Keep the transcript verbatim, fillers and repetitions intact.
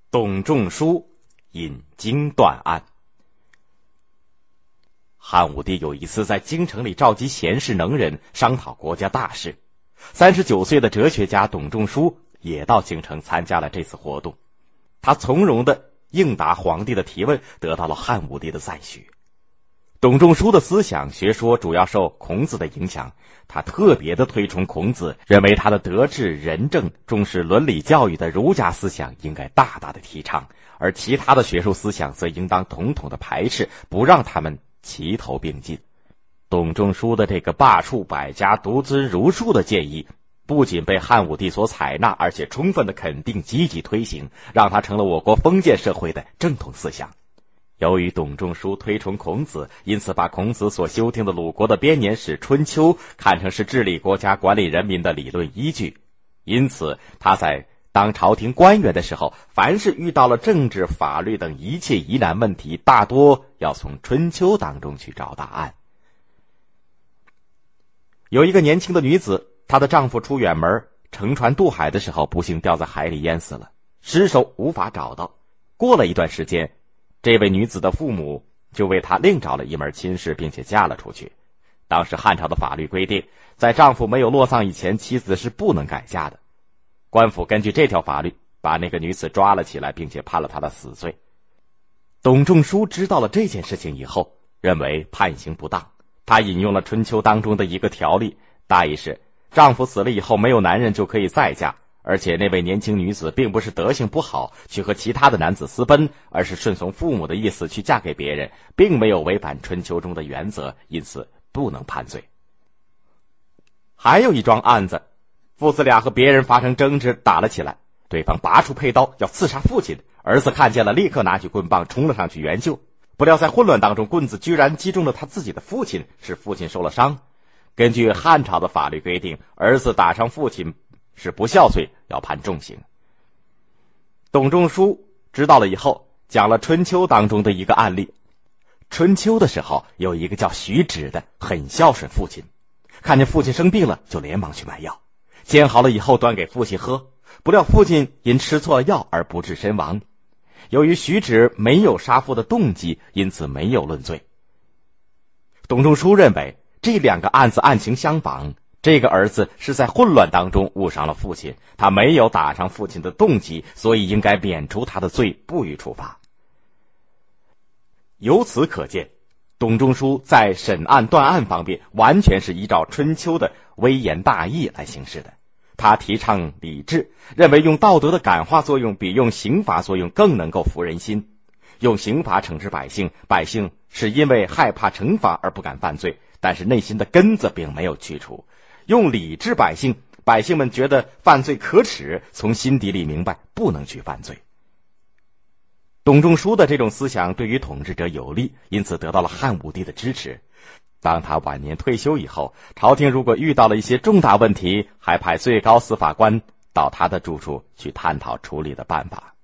董仲舒引经断案。汉武帝有一次在京城里召集贤士能人商讨国家大事，三十九岁的哲学家董仲舒也到京城参加了这次活动。他从容地应答皇帝的提问，得到了汉武帝的赞许。董仲舒的思想学说主要受孔子的影响，他特别的推崇孔子，认为他的德治仁政、重视伦理教育的儒家思想应该大大的提倡，而其他的学术思想则应当统统的排斥，不让他们齐头并进。董仲舒的这个罢黜百家、独尊儒术的建议，不仅被汉武帝所采纳，而且充分的肯定、积极推行，让他成了我国封建社会的正统思想。由于董仲舒推崇孔子，因此把孔子所修订的鲁国的编年史《春秋》看成是治理国家、管理人民的理论依据。因此他在当朝廷官员的时候，凡是遇到了政治、法律等一切疑难问题，大多要从《春秋》当中去找答案。有一个年轻的女子，她的丈夫出远门乘船渡海的时候，不幸掉在海里淹死了，尸首无法找到。过了一段时间，这位女子的父母就为她另找了一门亲事，并且嫁了出去。当时汉朝的法律规定，在丈夫没有落葬以前，妻子是不能改嫁的。官府根据这条法律，把那个女子抓了起来，并且判了她的死罪。董仲舒知道了这件事情以后，认为判刑不当，他引用了《春秋》当中的一个条例，大意是丈夫死了以后，没有男人就可以再嫁，而且那位年轻女子并不是德行不好去和其他的男子私奔，而是顺从父母的意思去嫁给别人，并没有违反《春秋》中的原则，因此不能判罪。还有一桩案子，父子俩和别人发生争执，打了起来，对方拔出佩刀要刺杀父亲，儿子看见了，立刻拿起棍棒冲了上去援救，不料在混乱当中，棍子居然击中了他自己的父亲，使父亲受了伤。根据汉朝的法律规定，儿子打伤父亲是不孝罪，要判重刑。董仲舒知道了以后，讲了《春秋》当中的一个案例。春秋的时候，有一个叫许褚的，很孝顺父亲，看见父亲生病了，就连忙去买药，煎好了以后端给父亲喝，不料父亲因吃错了药而不治身亡。由于许褚没有杀父的动机，因此没有论罪。董仲舒认为这两个案子案情相仿，这个儿子是在混乱当中误伤了父亲，他没有打伤父亲的动机，所以应该免除他的罪，不予处罚。由此可见，董仲舒在审案断案方面完全是依照《春秋》的微言大义来行事的。他提倡理智，认为用道德的感化作用比用刑罚作用更能够服人心。用刑罚惩治百姓，百姓是因为害怕惩罚而不敢犯罪，但是内心的根子并没有去除。用理治百姓，百姓们觉得犯罪可耻，从心底里明白不能去犯罪。董仲舒的这种思想对于统治者有利，因此得到了汉武帝的支持。当他晚年退休以后，朝廷如果遇到了一些重大问题，还派最高司法官到他的住处去探讨处理的办法。